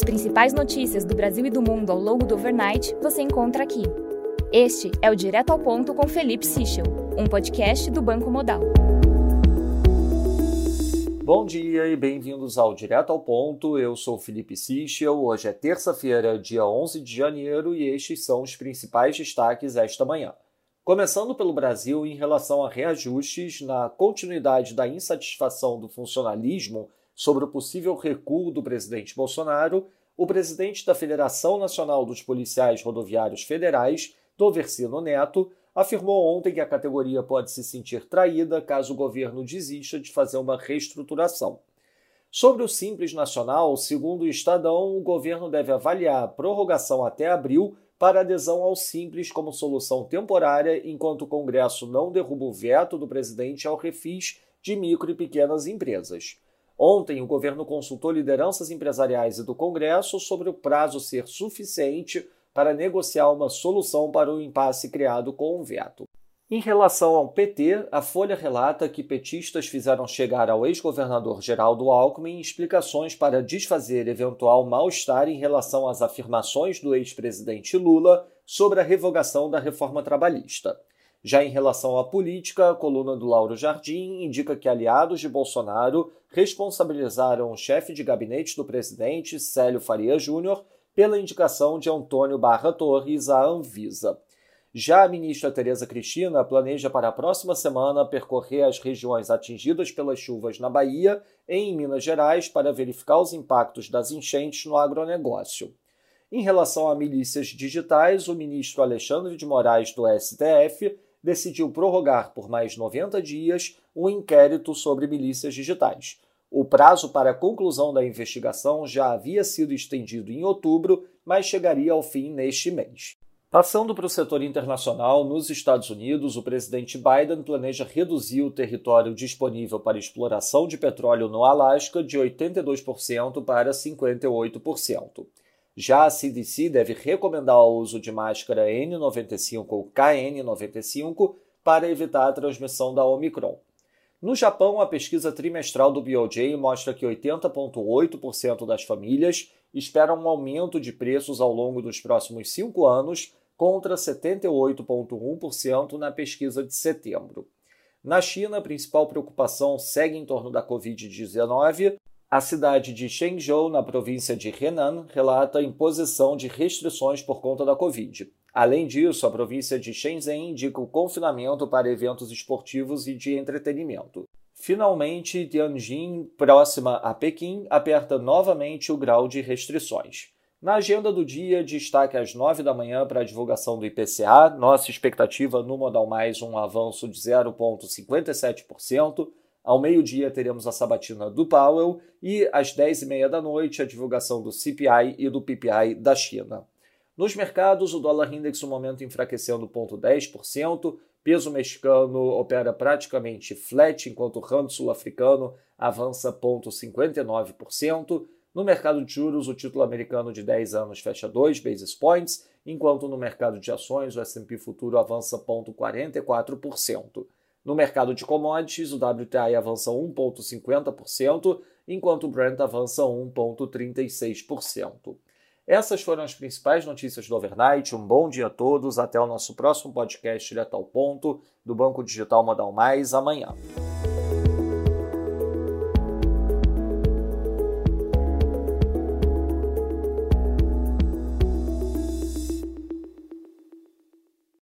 As principais notícias do Brasil e do mundo ao longo do overnight você encontra aqui. Este é o Direto ao Ponto com Felipe Sichel, um podcast do Banco Modal. Bom dia e bem-vindos ao Direto ao Ponto. Eu sou Felipe Sichel. Hoje é terça-feira, dia 11 de janeiro, e estes são os principais destaques esta manhã. Começando pelo Brasil, em relação a reajustes, na continuidade da insatisfação do funcionalismo sobre o possível recuo do presidente Bolsonaro, o presidente da Federação Nacional dos Policiais Rodoviários Federais, Dovercino Neto, afirmou ontem que a categoria pode se sentir traída caso o governo desista de fazer uma reestruturação. Sobre o Simples Nacional, segundo o Estadão, o governo deve avaliar a prorrogação até abril para adesão ao Simples como solução temporária, enquanto o Congresso não derruba o veto do presidente ao refis de micro e pequenas empresas. Ontem, o governo consultou lideranças empresariais e do Congresso sobre o prazo ser suficiente para negociar uma solução para o impasse criado com o veto. Em relação ao PT, a Folha relata que petistas fizeram chegar ao ex-governador Geraldo Alckmin explicações para desfazer eventual mal-estar em relação às afirmações do ex-presidente Lula sobre a revogação da reforma trabalhista. Já em relação à política, a coluna do Lauro Jardim indica que aliados de Bolsonaro responsabilizaram o chefe de gabinete do presidente, Célio Faria Júnior, pela indicação de Antônio Barra Torres à Anvisa. Já a ministra Tereza Cristina planeja para a próxima semana percorrer as regiões atingidas pelas chuvas na Bahia e em Minas Gerais para verificar os impactos das enchentes no agronegócio. Em relação a milícias digitais, o ministro Alexandre de Moraes do STF decidiu prorrogar por mais 90 dias o inquérito sobre milícias digitais. O prazo para a conclusão da investigação já havia sido estendido em outubro, mas chegaria ao fim neste mês. Passando para o setor internacional, nos Estados Unidos, o presidente Biden planeja reduzir o território disponível para exploração de petróleo no Alasca de 82% para 58%. Já a CDC deve recomendar o uso de máscara N95 ou KN95 para evitar a transmissão da Omicron. No Japão, a pesquisa trimestral do BOJ mostra que 80,8% das famílias esperam um aumento de preços ao longo dos próximos 5 anos, contra 78,1% na pesquisa de setembro. Na China, a principal preocupação segue em torno da Covid-19. A cidade de Chengzhou, na província de Henan, relata a imposição de restrições por conta da Covid. Além disso, a província de Shenzhen indica o confinamento para eventos esportivos e de entretenimento. Finalmente, Tianjin, próxima a Pequim, aperta novamente o grau de restrições. Na agenda do dia, destaque às 9 da manhã para a divulgação do IPCA, nossa expectativa no Modal Mais um avanço de 0,57%, ao meio-dia teremos a sabatina do Powell e às 10h30 da noite a divulgação do CPI e do PPI da China. Nos mercados, o dólar index no momento enfraquecendo 0,10%, peso mexicano opera praticamente flat, enquanto o rand sul-africano avança 0,59%. No mercado de juros, o título americano de 10 anos fecha 2 basis points, enquanto no mercado de ações, o S&P futuro avança 0,44%. No mercado de commodities, o WTI avança 1,50%, enquanto o Brent avança 1,36%. Essas foram as principais notícias do overnight. Um bom dia a todos. Até o nosso próximo podcast Direto ao Ponto, do Banco Digital Modal Mais, amanhã.